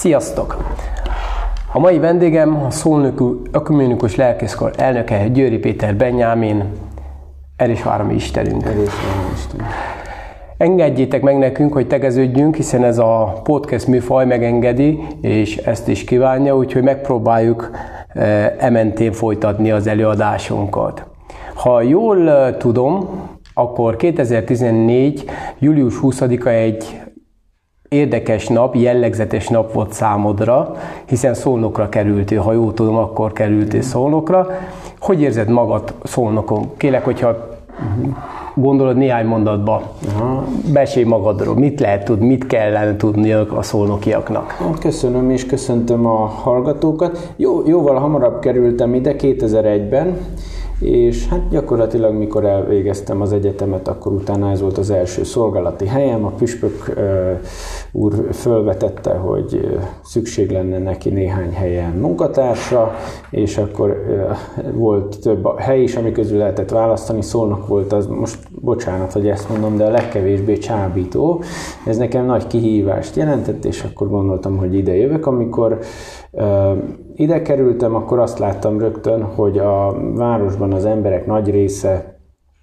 Sziasztok! A mai vendégem a Szolnoki Ökumenikus Lelkészkar elnöke Győri Péter Benyámin, Erősváromi Istenünk. Engedjétek meg nekünk, hogy tegeződjünk, hiszen ez a podcast műfaj megengedi, és ezt is kívánja, úgyhogy megpróbáljuk ementén folytatni az előadásunkat. Ha jól tudom, akkor 2014. július 20-a egy érdekes nap, jellegzetes nap volt számodra, hiszen Szolnokra kerültél, ha jól tudom, akkor kerültél Szolnokra. Hogy érzed magad Szolnokon? Kérlek, hogyha gondolod néhány mondatba, mesélj magadról, mit lehet tudni, mit kellene tudniak a szolnokiaknak? Köszönöm és köszöntöm a hallgatókat. Jóval hamarabb kerültem ide 2001-ben, és hát gyakorlatilag mikor elvégeztem az egyetemet, akkor utána ez volt az első szolgálati helyem. A püspök úr fölvetette, hogy szükség lenne neki néhány helyen munkatársa, és akkor volt több hely is, ami közül lehetett választani. Szolnok volt az, most bocsánat, hogy ezt mondom, de a legkevésbé csábító. Ez nekem nagy kihívást jelentett, és akkor gondoltam, hogy ide jövök. Amikor ide kerültem, akkor azt láttam rögtön, hogy a városban az emberek nagy része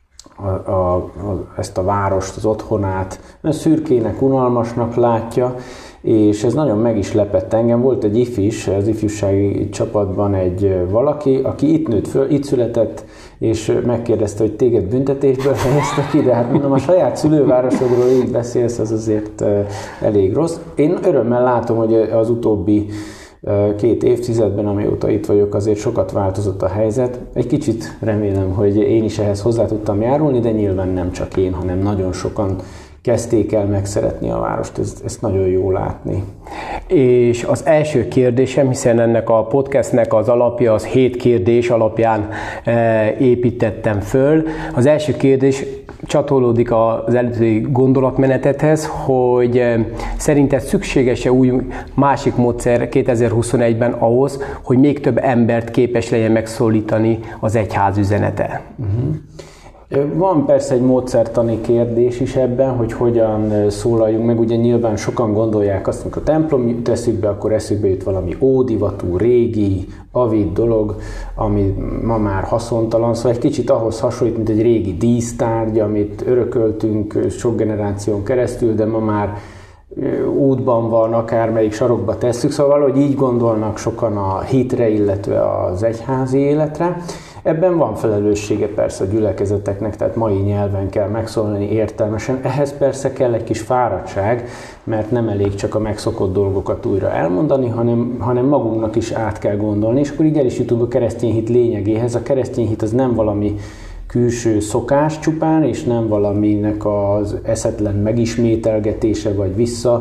ezt a várost, az otthonát szürkének, unalmasnak látja, és ez nagyon meg is lepett engem. Volt egy ifis, az ifjúsági csapatban egy valaki, aki itt nőtt föl, itt született, és megkérdezte, hogy téged büntetésből helyeztek ide. Hát mondom, a saját szülővárosodról így beszélsz, az azért elég rossz. Én örömmel látom, hogy az utóbbi 2 évtizedben, amióta itt vagyok, azért sokat változott a helyzet. Egy kicsit remélem, hogy én is ehhez hozzá tudtam járulni, de nyilván nem csak én, hanem nagyon sokan kezdték el megszeretni a várost. Ezt nagyon jó látni. És az első kérdésem, hiszen ennek a podcastnek az alapja, az 7 kérdés alapján építettem föl. Az első kérdés csatolódik az előző gondolatmenetethez, hogy szerinted szükséges-e új másik módszer 2021-ben ahhoz, hogy még több embert képes legyen megszólítani az egyház üzenete? Van persze egy módszertani kérdés is ebben, hogy hogyan szólaljunk meg. Ugye nyilván sokan gondolják azt, amikor a templom jut eszükbe, akkor eszükbe jut valami ódivatú, régi, avid dolog, ami ma már haszontalan. Szóval egy kicsit ahhoz hasonlít, mint egy régi dísztárgy, amit örököltünk sok generáción keresztül, de ma már útban van, akármelyik sarokba tesszük. Szóval valahogy így gondolnak sokan a hitre, illetve az egyházi életre. Ebben van felelőssége persze a gyülekezeteknek, tehát mai nyelven kell megszólalni értelmesen. Ehhez persze kell egy kis fáradtság, mert nem elég csak a megszokott dolgokat újra elmondani, hanem magunknak is át kell gondolni, és akkor így el is jutunk a keresztény hit lényegéhez. A keresztény hit az nem valami külső szokás csupán, és nem valaminek az eszetlen megismételgetése vagy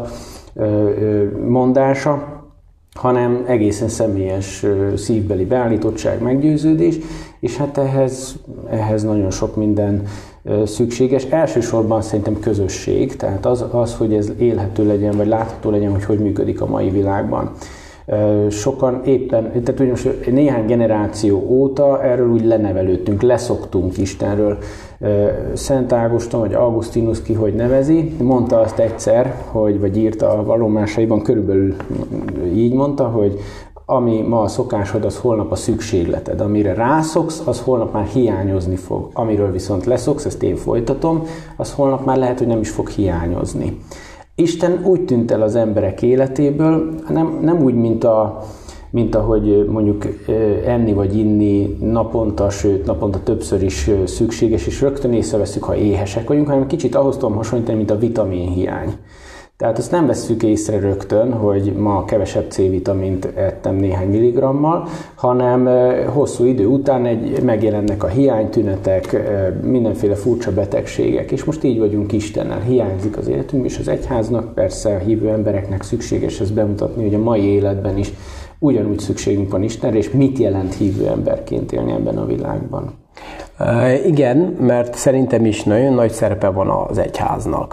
visszamondása, hanem egészen személyes szívbeli beállítottság, meggyőződés, és hát ehhez nagyon sok minden szükséges. Elsősorban szerintem közösség, tehát az, hogy ez élhető legyen, vagy látható legyen, hogy működik a mai világban. Sokan éppen, tehát ugye most néhány generáció óta erről úgy lenevelődtünk, leszoktunk Istenről. Szent Ágoston, vagy Augustinus, ki hogy nevezi, mondta azt egyszer, vagy írta a vallomásaiban, körülbelül így mondta, hogy ami ma a szokásod, az holnap a szükségleted. Amire rászoksz, az holnap már hiányozni fog. Amiről viszont leszoksz, ezt én folytatom, az holnap már lehet, hogy nem is fog hiányozni. Isten úgy tűnt el az emberek életéből, nem úgy, mint ahogy mondjuk enni vagy inni naponta, sőt naponta többször is szükséges, és rögtön észreveszünk, ha éhesek vagyunk, hanem kicsit ahhoz tudom hasonlítani, mint a vitaminhiány. Tehát azt nem vesszük észre rögtön, hogy ma kevesebb C-vitamint ettem néhány milligrammal, hanem hosszú idő után megjelennek a hiánytünetek, mindenféle furcsa betegségek, és most így vagyunk Istennel. Hiányzik az életünk, és az egyháznak, persze a hívő embereknek szükséges ezt bemutatni, hogy a mai életben is ugyanúgy szükségünk van Istenre, és mit jelent hívő emberként élni ebben a világban. Igen, mert szerintem is nagyon nagy szerepe van az egyháznak.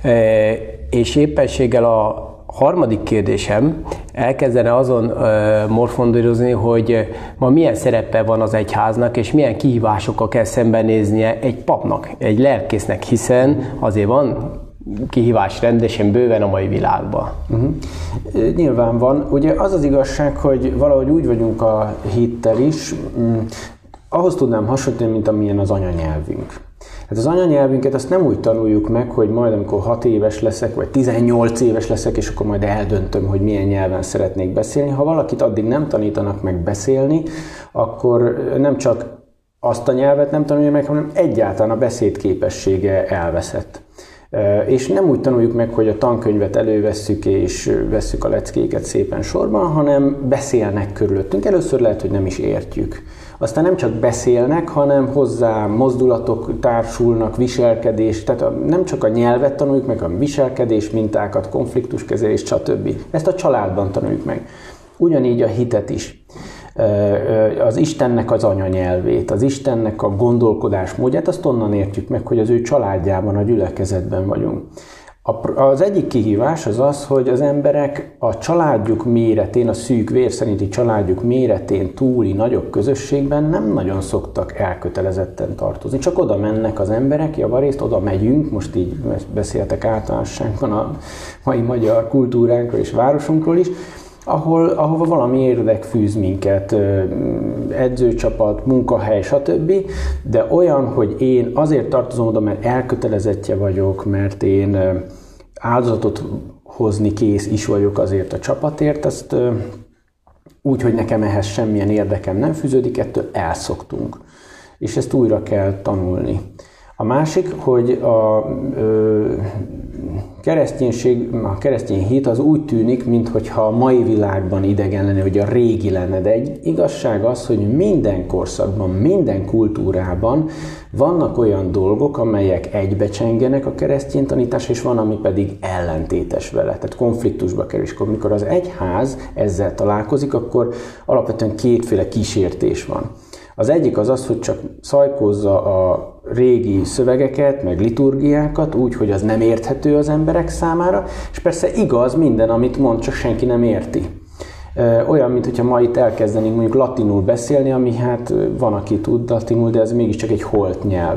És éppenséggel a harmadik kérdésem elkezdene azon morfondírozni, hogy ma milyen szerepe van az egyháznak, és milyen kihívásokkal kell szembenéznie egy papnak, egy lelkésznek, hiszen azért van kihívás rendesen bőven a mai világban. Nyilván van. Ugye az az igazság, hogy valahogy úgy vagyunk a hittel is, ahhoz tudnám hasonlítani, mint amilyen az anyanyelvünk. Hát az anyanyelvünket azt nem úgy tanuljuk meg, hogy majd amikor 6 éves leszek, vagy 18 éves leszek, és akkor majd eldöntöm, hogy milyen nyelven szeretnék beszélni. Ha valakit addig nem tanítanak meg beszélni, akkor nem csak azt a nyelvet nem tanulja meg, hanem egyáltalán a beszédképessége elveszett. És nem úgy tanuljuk meg, hogy a tankönyvet elővesszük, és vesszük a leckéket szépen sorban, hanem beszélnek körülöttünk. Először lehet, hogy nem is értjük. Aztán nem csak beszélnek, hanem hozzá mozdulatok társulnak, viselkedés, tehát nem csak a nyelvet tanuljuk meg, hanem viselkedés, mintákat, konfliktuskezelést, stb. Ezt a családban tanuljuk meg. Ugyanígy a hitet is. Az Istennek az anyanyelvét, az Istennek a gondolkodásmódját, azt onnan értjük meg, hogy az ő családjában, a gyülekezetben vagyunk. Az egyik kihívás az az, hogy az emberek a családjuk méretén, a szűk vér szerinti családjuk méretén túli nagyobb közösségben nem nagyon szoktak elkötelezetten tartozni. Csak oda mennek az emberek, javarészt oda megyünk, most így beszéltek általánosságban a mai magyar kultúránkról és városunkról is, ahova valami érdek fűz minket, edzőcsapat, munkahely, stb. De olyan, hogy én azért tartozom oda, mert elkötelezettje vagyok, mert én áldozatot hozni kész is vagyok azért a csapatért, azt úgy, hogy nekem ehhez semmilyen érdekem nem fűződik, ettől elszoktunk. És ezt újra kell tanulni. A másik, hogy a keresztény hit az úgy tűnik, mintha a mai világban idegen lenne, hogy a régi lenne, de egy igazság az, hogy minden korszakban, minden kultúrában vannak olyan dolgok, amelyek egybecsengenek a keresztény tanítás, és van, ami pedig ellentétes vele, tehát konfliktusba kerül. És amikor az egyház ezzel találkozik, akkor alapvetően kétféle kísértés van. Az egyik az, hogy csak szajkózza a régi szövegeket, meg liturgiákat úgy, hogy az nem érthető az emberek számára, és persze igaz minden, amit mond, csak senki nem érti. Olyan, mintha ma itt elkezdenénk mondjuk latinul beszélni, ami hát van, aki tud latinul, de ez mégiscsak egy holt nyelv.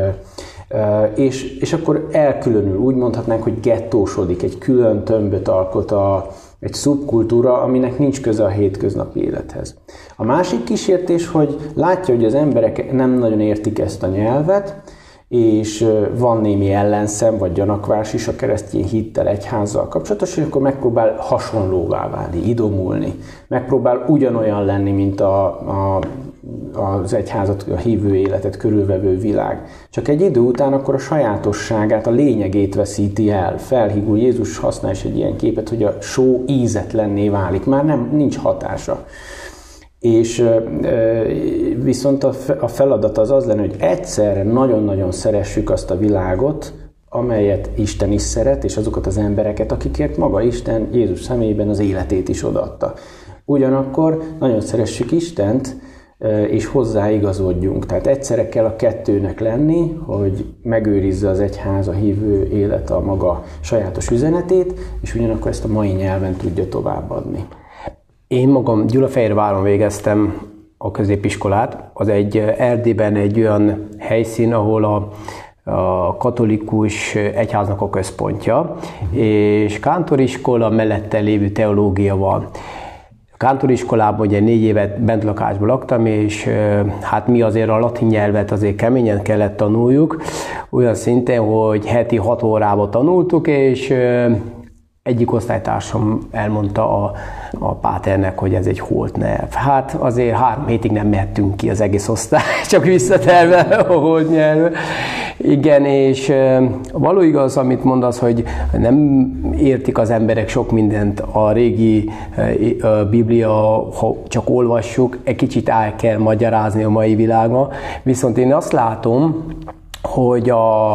És akkor elkülönül, úgy mondhatnánk, hogy gettósodik, egy külön tömböt alkot egy szubkultúra, aminek nincs köze a hétköznapi élethez. A másik kísértés, hogy látja, hogy az emberek nem nagyon értik ezt a nyelvet, és van némi ellenszem vagy gyanakvás is a keresztény hittel, egyházzal kapcsolatos, és akkor megpróbál hasonlóvá válni, idomulni. Megpróbál ugyanolyan lenni, mint az egyházat, a hívő életet körülvevő világ. Csak egy idő után akkor a sajátosságát, a lényegét veszíti el. Felhígul, Jézus használ is egy ilyen képet, hogy a só ízetlenné válik. Már nincs hatása. És viszont a feladat az lenne, hogy egyszerre nagyon-nagyon szeressük azt a világot, amelyet Isten is szeret, és azokat az embereket, akikért maga Isten Jézus személyében az életét is odaadta. Ugyanakkor nagyon szeressük Istent, és hozzáigazodjunk. Tehát egyszerre kell a kettőnek lenni, hogy megőrizze az egyház, a hívő élet a maga sajátos üzenetét, és ugyanakkor ezt a mai nyelven tudja továbbadni. Én magam Gyulafehérváron végeztem a középiskolát. Az egy Erdélyben egy olyan helyszín, ahol a katolikus egyháznak a központja, és kántoriskola mellette lévő teológia van. A kántoriskolában ugye 4 évet bentlakásban laktam, és hát mi azért a latin nyelvet azért keményen kellett tanuljuk, olyan szinten, hogy heti 6 órában tanultuk, és egyik osztálytársam elmondta a páternek, hogy ez egy holt nyelv. Hát azért 3 hétig nem mehettünk ki az egész osztály, csak visszaterve a holt nyelv. Igen, és való igaz, amit mondasz, hogy nem értik az emberek sok mindent. A régi Biblia, ha csak olvassuk, egy kicsit el kell magyarázni a mai világban. Viszont én azt látom, hogy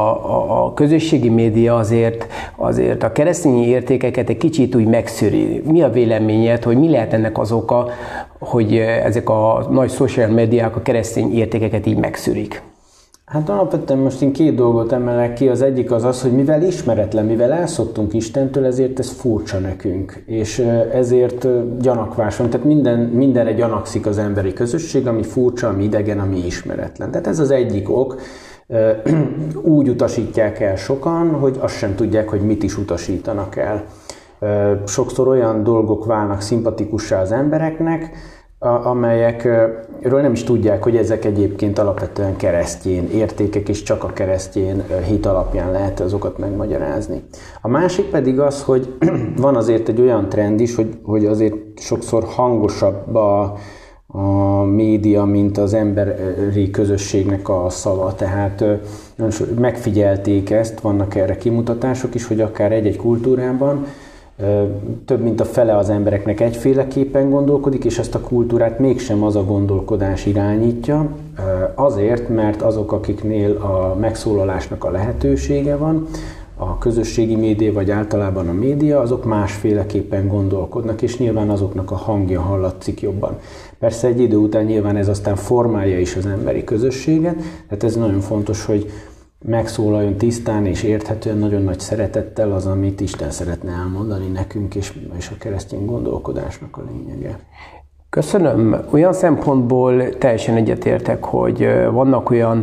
a közösségi média azért a keresztény értékeket egy kicsit úgy megszűri. Mi a véleményed, hogy mi lehet ennek az oka, hogy ezek a nagy social médiák a keresztény értékeket így megszűrik? Hát alapvetően most én 2 dolgot emelek ki. Az egyik az, hogy mivel ismeretlen, mivel elszoktunk Istentől, ezért ez furcsa nekünk. És ezért gyanakvás van. Tehát mindenre gyanakszik az emberi közösség, ami furcsa, ami idegen, ami ismeretlen. Tehát ez az egyik ok. úgy utasítják el sokan, hogy azt sem tudják, hogy mit is utasítanak el. Sokszor olyan dolgok válnak szimpatikussá az embereknek, amelyekről nem is tudják, hogy ezek egyébként alapvetően keresztény értékek, és csak a keresztény hit alapján lehet azokat megmagyarázni. A másik pedig az, hogy van azért egy olyan trend is, hogy azért sokszor hangosabb a média, mint az emberi közösségnek a szava. Tehát megfigyelték ezt, vannak erre kimutatások is, hogy akár egy-egy kultúrában több mint a fele az embereknek egyféleképpen gondolkodik, és ezt a kultúrát mégsem az a gondolkodás irányítja, azért, mert azok, akiknél a megszólalásnak a lehetősége van, a közösségi média, vagy általában a média, azok másféleképpen gondolkodnak, és nyilván azoknak a hangja hallatszik jobban. Persze egy idő után nyilván ez aztán formálja is az emberi közösséget, tehát ez nagyon fontos, hogy megszólaljon tisztán és érthetően, nagyon nagy szeretettel az, amit Isten szeretne elmondani nekünk, és a keresztény gondolkodásnak a lényege. Köszönöm. Olyan szempontból teljesen egyetértek, hogy vannak olyan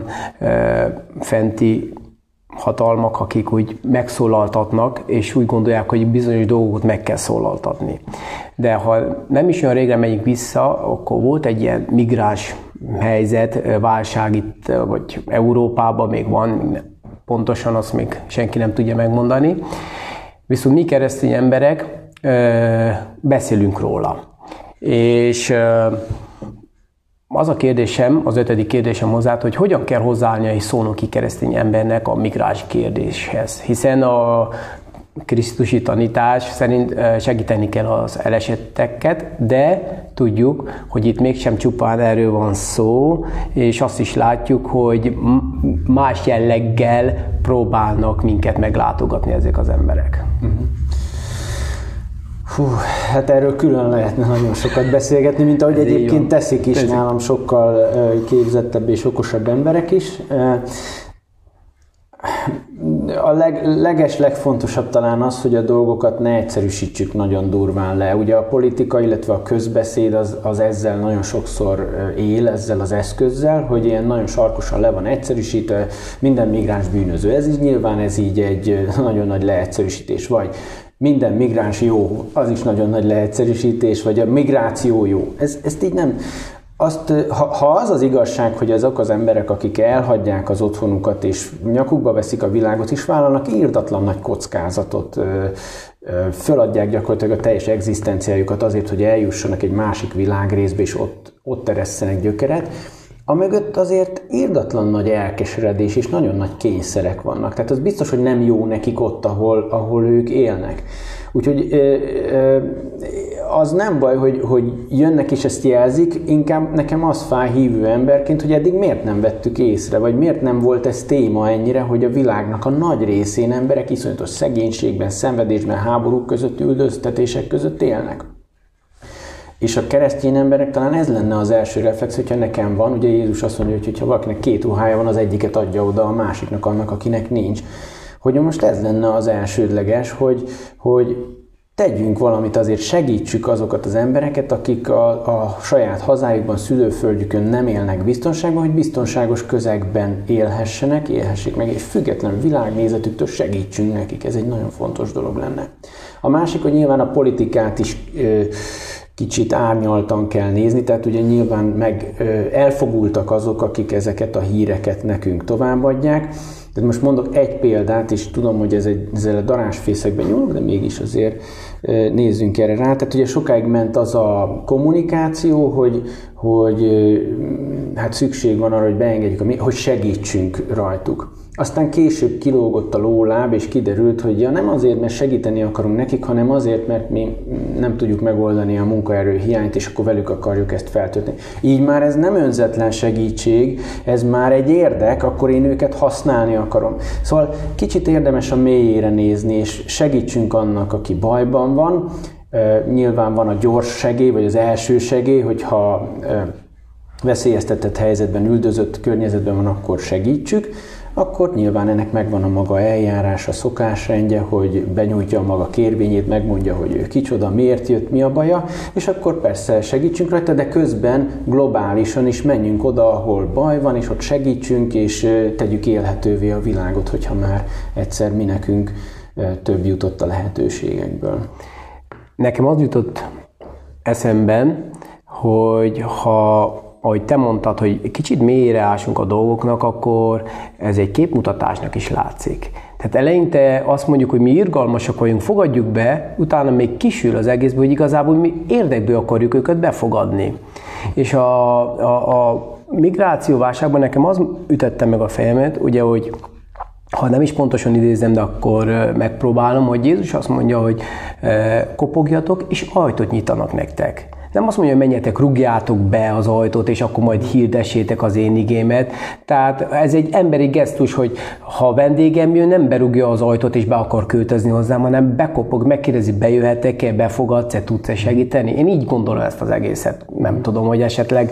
fenti hatalmak, akik úgy megszólaltatnak, és úgy gondolják, hogy bizonyos dolgokat meg kell szólaltatni. De ha nem is olyan régre megyünk vissza, akkor volt egy ilyen migráns helyzet, válság itt, vagy Európában még van, pontosan azt még senki nem tudja megmondani. Viszont mi keresztény emberek beszélünk róla. És az a kérdésem, az 5. kérdésem hozzá, hogy hogyan kell hozzáállni egy szónoki keresztény embernek a migráns kérdéshez. Hiszen a krisztusi tanítás szerint segíteni kell az elesetteket, de tudjuk, hogy itt mégsem csupán erről van szó, és azt is látjuk, hogy más jelleggel próbálnak minket meglátogatni ezek az emberek. Hát erről külön lehetne nagyon sokat beszélgetni, mint ahogy egyébként teszik is nálam sokkal képzettebb és okosabb emberek is. A legfontosabb talán az, hogy a dolgokat ne egyszerűsítsük nagyon durván le. Ugye a politika, illetve a közbeszéd az ezzel nagyon sokszor él, ezzel az eszközzel, hogy ilyen nagyon sarkosan le van egyszerűsítve, minden migráns bűnöző. Nyilván ez így egy nagyon nagy leegyszerűsítés. Vagy minden migráns jó, az is nagyon nagy leegyszerűsítés, vagy a migráció jó. Ezt így nem... Ha az az igazság, hogy azok az emberek, akik elhagyják az otthonukat és nyakukba veszik a világot, is vállalnak irdatlan nagy kockázatot, föladják gyakorlatilag a teljes egzisztenciájukat azért, hogy eljussanak egy másik világrészbe, és ott eresszenek gyökeret, amögött azért irdatlan nagy elkeseredés és nagyon nagy kényszerek vannak. Tehát az biztos, hogy nem jó nekik ott, ahol ők élnek. Úgyhogy az nem baj, hogy jönnek és ezt jelzik, inkább nekem az fáj hívő emberként, hogy eddig miért nem vettük észre, vagy miért nem volt ez téma ennyire, hogy a világnak a nagy részén emberek iszonyatos szegénységben, szenvedésben, háborúk között, üldöztetések között élnek. És a keresztény emberek talán ez lenne az első reflex, hogyha nekem van, ugye Jézus azt mondja, hogy ha valakinek 2 ruhája van, az egyiket adja oda a másiknak, annak, akinek nincs. Hogy most ez lenne az elsődleges, hogy tegyünk valamit, azért segítsük azokat az embereket, akik a saját hazájukban, szülőföldjükön nem élnek biztonságban, hogy biztonságos közegben élhessék meg, és független világnézetüktől segítsünk nekik. Ez egy nagyon fontos dolog lenne. A másik, hogy nyilván a politikát is kicsit árnyaltan kell nézni, tehát ugye nyilván elfogultak azok, akik ezeket a híreket nekünk továbbadják. Tehát most mondok egy példát, és tudom, hogy ezzel a darázsfészekben nyúlok, de mégis azért nézzünk erre rá. Tehát ugye sokáig ment az a kommunikáció, hogy hát szükség van arra, hogy beengedjük, hogy segítsünk rajtuk. Aztán később kilógott a lóláb, és kiderült, hogy nem azért, mert segíteni akarunk nekik, hanem azért, mert mi nem tudjuk megoldani a munkaerő hiányt, és akkor velük akarjuk ezt feltölteni. Így már ez nem önzetlen segítség, ez már egy érdek, akkor én őket használni akarom. Szóval kicsit érdemes a mélyére nézni, és segítsünk annak, aki bajban van. Nyilván van a gyors segély, vagy az első segély, hogyha veszélyeztetett helyzetben, üldözött környezetben van, akkor segítsük. akkor nyilván ennek megvan a maga eljárása, szokásrendje, hogy benyújtja a maga kérvényét, megmondja, hogy ő kicsoda, miért jött, mi a baja, és akkor persze segítsünk rajta, de közben globálisan is menjünk oda, ahol baj van, és ott segítsünk, és tegyük élhetővé a világot, hogyha már egyszer mi nekünk több jutott a lehetőségekből. Nekem az jutott eszemben, hogy ahogy te mondtad, hogy kicsit mélyre ásunk a dolgoknak, akkor ez egy képmutatásnak is látszik. Tehát eleinte azt mondjuk, hogy mi irgalmasak vagyunk, fogadjuk be, utána még kisül az egészből, hogy igazából mi érdekből akarjuk őket befogadni. És a migrációválságban nekem az ütötte meg a fejemet, ugye, hogy ha nem is pontosan idézem, de akkor megpróbálom, hogy Jézus azt mondja, hogy kopogjatok, és ajtót nyitanak nektek. Nem azt mondja, hogy menjetek, rúgjátok be az ajtót, és akkor majd hirdessétek az én igémet. Tehát ez egy emberi gesztus, hogy ha vendégem jön, nem berúgja az ajtót, és be akar költözni hozzám, hanem bekopog, megkérdezi, bejöhetek-e, befogadsz-e, tudsz-e segíteni. Én így gondolom ezt az egészet. Nem tudom, hogy esetleg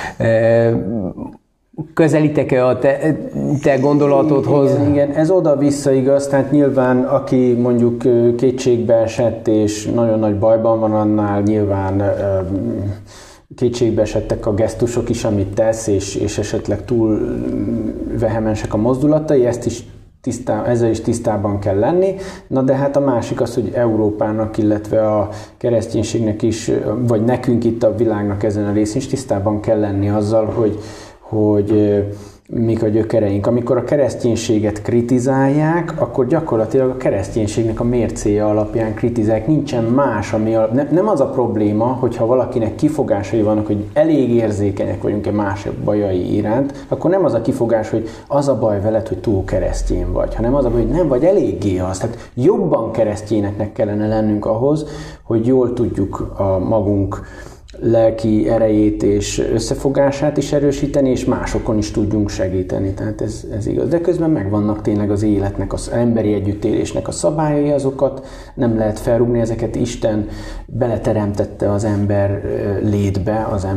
közelítek-e a te gondolatodhoz? Igen, ez oda-vissza igaz, tehát nyilván aki mondjuk kétségbe esett és nagyon nagy bajban van, annál nyilván kétségbe esettek a gesztusok is, amit tesz, és esetleg túl vehemensek a mozdulatai, ezzel is tisztában kell lenni. Na de hát a másik az, hogy Európának, illetve a kereszténységnek is, vagy nekünk itt a világnak ezen a részén is tisztában kell lenni azzal, hogy mik a gyökereink. Amikor a kereszténységet kritizálják, akkor gyakorlatilag a kereszténységnek a mércéje alapján kritizálják. Nincsen más, nem az a probléma, hogyha valakinek kifogásai vannak, hogy elég érzékenyek vagyunk-e más bajai iránt, akkor nem az a kifogás, hogy az a baj veled, hogy túl keresztény vagy, hanem az a baj, hogy nem vagy eléggé az. Tehát jobban keresztényeknek kellene lennünk ahhoz, hogy jól tudjuk a magunk lelki erejét és összefogását is erősíteni, és másokon is tudjunk segíteni. Tehát ez igaz. De közben megvannak tényleg az életnek, az emberi együttélésnek a szabályai, azokat nem lehet felrúgni, ezeket Isten beleteremtette az ember létbe, az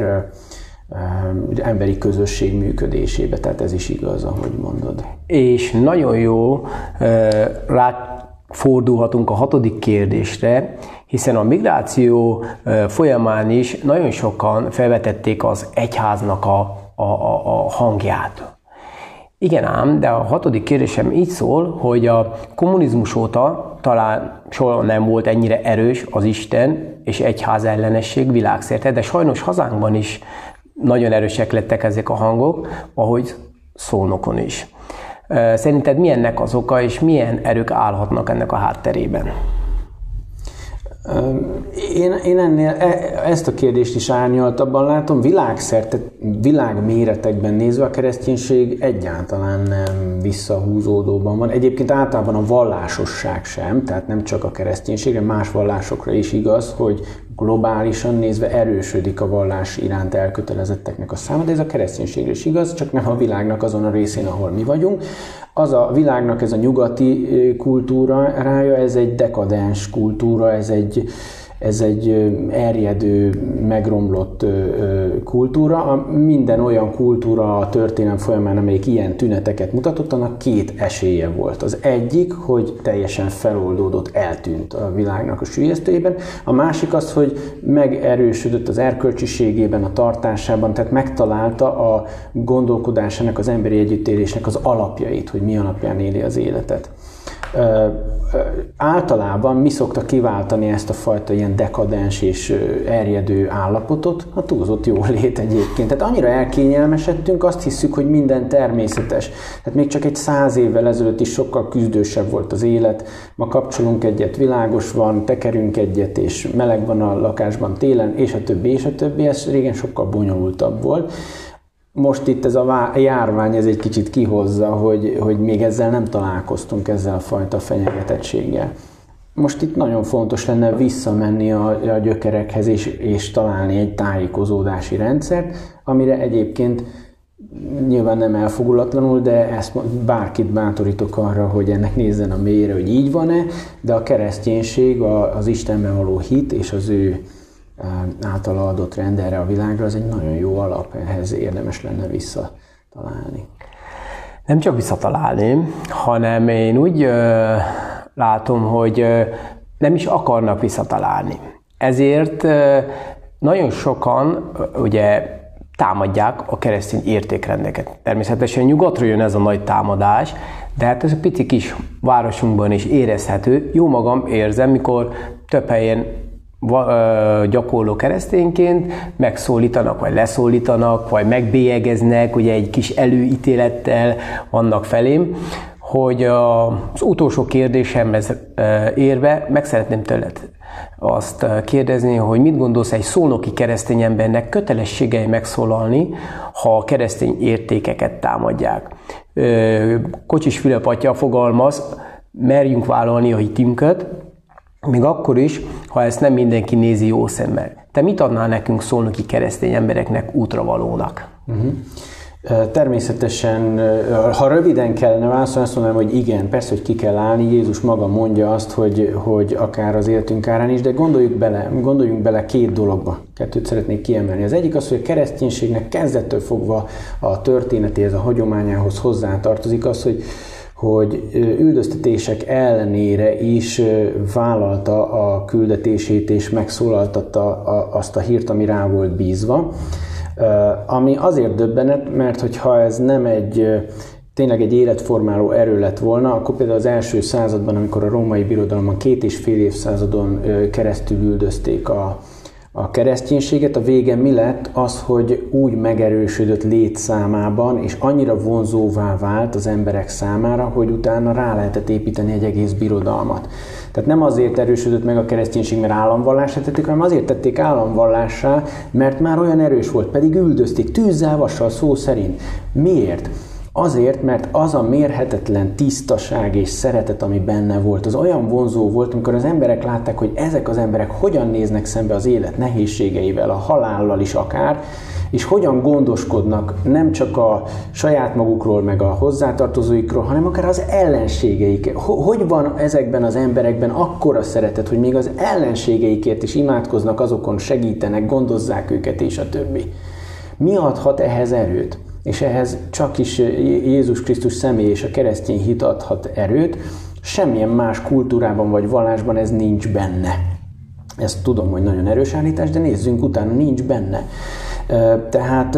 emberi közösség működésébe. Tehát ez is igaz, ahogy mondod. És nagyon jó, ráfordulhatunk a 6. kérdésre, hiszen a migráció folyamán is nagyon sokan felvetették az egyháznak a hangját. Igen ám, de a 6. kérdésem így szól, hogy a kommunizmus óta talán soha nem volt ennyire erős az Isten és egyház ellenesség világszerte, de sajnos hazánkban is nagyon erősek lettek ezek a hangok, ahogy Szolnokon is. Szerinted mi ennek az oka, és milyen erők állhatnak ennek a hátterében? Én ennél ezt a kérdést is árnyaltabban látom. Világszerte, világméretekben nézve a kereszténység egyáltalán nem visszahúzódóban van. Egyébként általában a vallásosság sem, tehát nem csak a kereszténységre, más vallásokra is igaz, hogy globálisan nézve erősödik a vallás iránt elkötelezetteknek a száma, de ez a kereszténységre is igaz, csak nem a világnak azon a részén, ahol mi vagyunk. Az a világnak ez a nyugati kultúrája, ez egy dekadens kultúra, ez egy erjedő, megromlott kultúra. Minden olyan kultúra a történelem folyamán, amelyik ilyen tüneteket mutatott, annak 2 esélye volt. Az egyik, hogy teljesen feloldódott, eltűnt a világnak a sülyeztőjében. A másik az, hogy megerősödött az erkölcsiségében, a tartásában, tehát megtalálta a gondolkodásának, az emberi együttélésnek az alapjait, hogy mi alapján éli az életet. Általában mi szokta kiváltani ezt a fajta ilyen dekadens és erjedő állapotot? A túlzott jólét egyébként. Tehát annyira elkényelmesedtünk, azt hiszük, hogy minden természetes. Tehát még csak egy 100 évvel ezelőtt is sokkal küzdősebb volt az élet. Ma kapcsolunk egyet, világos van, tekerünk egyet, és meleg van a lakásban télen, és a többi, és a többi. Ez régen sokkal bonyolultabb volt. Most itt ez a járvány ez egy kicsit kihozza, hogy még ezzel nem találkoztunk, ezzel a fajta fenyegetettséggel. Most itt nagyon fontos lenne visszamenni a gyökerekhez és találni egy tájékozódási rendszert, amire egyébként nyilván nem elfogulatlanul, de ezt bárkit bátorítok arra, hogy ennek nézzen a mélyre, hogy így van-e, de a kereszténység, az Istenben való hit és az ő általa adott rend erre a világra, az egy nagyon jó alap, ehhez érdemes lenne visszatalálni. Nem csak visszatalálni, hanem én úgy látom, hogy nem is akarnak visszatalálni. Ezért nagyon sokan ugye támadják a keresztény értékrendeket. Természetesen nyugatról jön ez a nagy támadás, de hát ez a pici kis városunkban is érezhető. Jó magam érzem, mikor több helyen gyakorló keresztényként megszólítanak, vagy leszólítanak, vagy megbélyegeznek, ugye egy kis előítélettel vannak felém, hogy az utolsó kérdésemhez érve meg szeretném tőled azt kérdezni, hogy mit gondolsz egy szolnoki keresztény embernek kötelességei megszólalni, ha a keresztény értékeket támadják. Kocsis Fülöp atya fogalmaz, merjünk vállalni a hitünket, még akkor is, ha ezt nem mindenki nézi jó szemmel. Te mit adnál nekünk szolnoki keresztény embereknek útravalónak? Természetesen, ha röviden kellene válaszolni, azt mondanám, hogy igen, persze, hogy ki kell állni. Jézus maga mondja azt, hogy akár az életünk árán is, de gondoljunk bele két dologba. Kettőt szeretnék kiemelni. Az egyik az, hogy a kereszténységnek kezdettől fogva a történetéhez, a hagyományához hozzátartozik az, hogy üldöztetések ellenére is vállalta a küldetését és megszólaltatta azt a hírt, ami rá volt bízva. Ami azért döbbenet, mert hogyha ez nem tényleg egy életformáló erő lett volna, akkor például az első században, amikor a római birodalomban 2,5 évszázadon keresztül üldözték a kereszténységet, a vége mi lett? Az, hogy úgy megerősödött létszámában, és annyira vonzóvá vált az emberek számára, hogy utána rá lehetett építeni egy egész birodalmat. Tehát nem azért erősödött meg a kereszténység, mert államvallássá tették, hanem azért tették államvallássá, mert már olyan erős volt, pedig üldözték tűzzel, vassal, szó szerint. Miért? Azért, mert az a mérhetetlen tisztaság és szeretet, ami benne volt, az olyan vonzó volt, amikor az emberek látták, hogy ezek az emberek hogyan néznek szembe az élet nehézségeivel, a halállal is akár, és hogyan gondoskodnak nem csak a saját magukról, meg a hozzátartozóikról, hanem akár az ellenségeik. Hogy van ezekben az emberekben akkora szeretet, hogy még az ellenségeikért is imádkoznak, azokon segítenek, gondozzák őket, és a többi. Mi adhat ehhez erőt? És ehhez csak is Jézus Krisztus személy és a keresztény hit adhat erőt, semmilyen más kultúrában vagy vallásban ez nincs benne. Ezt tudom, hogy nagyon erős állítás, de nézzünk utána, nincs benne. Tehát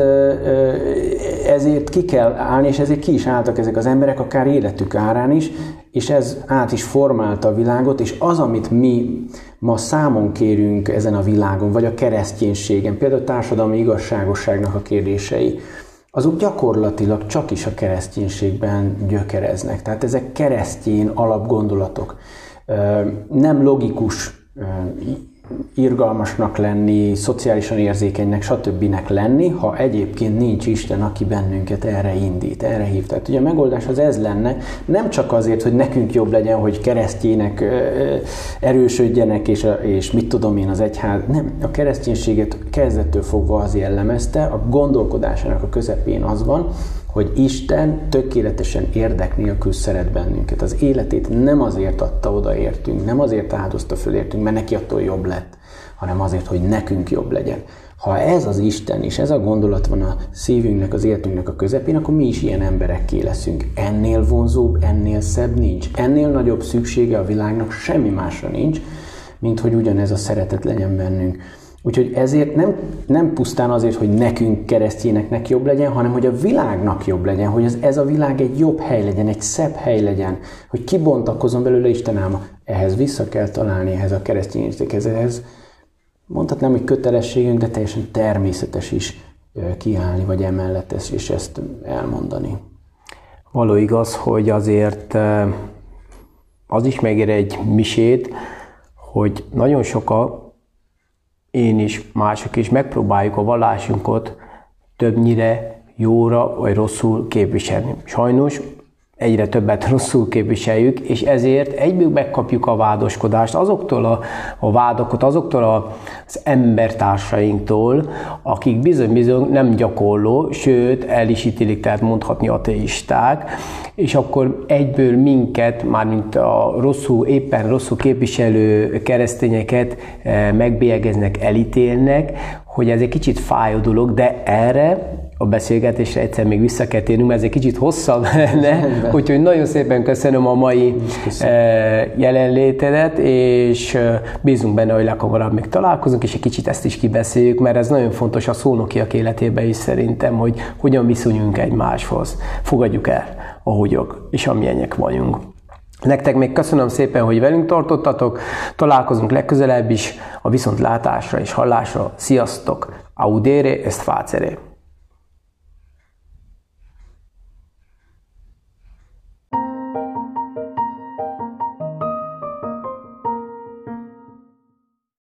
ezért ki kell állni, és ezért ki is álltak ezek az emberek, akár életük árán is, és ez át is formálta a világot, és az, amit mi ma számon kérünk ezen a világon, vagy a kereszténységen, például a társadalmi igazságosságnak a kérdései, azok gyakorlatilag csak is a kereszténységben gyökereznek. Tehát ezek keresztény alapgondolatok. Nem logikus irgalmasnak lenni, szociálisan érzékenynek, stb. Lenni, ha egyébként nincs Isten, aki bennünket erre indít, erre hív. Tehát ugye a megoldás az ez lenne, nem csak azért, hogy nekünk jobb legyen, hogy keresztjének erősödjenek, és mit tudom én az egyház, nem. A kereszténységet kezdettől fogva az jellemezte, a gondolkodásának a közepén az van, hogy Isten tökéletesen érdek nélkül szeret bennünket. Az életét nem azért adta oda értünk, nem azért áldozta föl értünk, mert neki attól jobb lett, hanem azért, hogy nekünk jobb legyen. Ha ez az Isten és ez a gondolat van a szívünknek, az életünknek a közepén, akkor mi is ilyen emberekké leszünk. Ennél vonzóbb, ennél szebb nincs. Ennél nagyobb szüksége a világnak semmi másra nincs, mint hogy ugyanez a szeretet legyen bennünk. Úgyhogy ezért nem pusztán azért, hogy nekünk keresztényeknek jobb legyen, hanem hogy a világnak jobb legyen, hogy ez a világ egy jobb hely legyen, egy szebb hely legyen, hogy kibontakozzon belőle Isten álma. Ehhez vissza kell találni, ehhez a keresztény értékhez, ehhez mondhatnám, hogy kötelességünk, de teljesen természetes is kiállni, vagy emellett és ezt elmondani. Való igaz, hogy azért az is megér egy misét, hogy nagyon sokan, én is, mások is megpróbáljuk a vallásunkat többnyire jóra vagy rosszul képviselni. Sajnos egyre többet rosszul képviseljük, és ezért egyből megkapjuk a vádaskodást azoktól a vádakat, azoktól az embertársainktól, akik bizony-bizony nem gyakorló, sőt, el is ítélik, tehát mondhatni ateisták, és akkor egyből minket, mármint a éppen rosszul képviselő keresztényeket megbélyegeznek, elítélnek, hogy ez egy kicsit fájó dolog, de erre a beszélgetésre egyszer még vissza kell térnünk, mert ez egy kicsit hosszabb lenne, úgyhogy nagyon szépen köszönöm a mai jelenlétedet, és bízunk benne, hogy leghamarabb még találkozunk, és egy kicsit ezt is kibeszéljük, mert ez nagyon fontos a szónokiak életében is szerintem, hogy hogyan viszonyunk egymáshoz. Fogadjuk el, ahogyok és amilyenek vagyunk. Nektek még köszönöm szépen, hogy velünk tartottatok, találkozunk legközelebb is, a viszontlátásra és hallásra. Sziasztok! Audere est facere!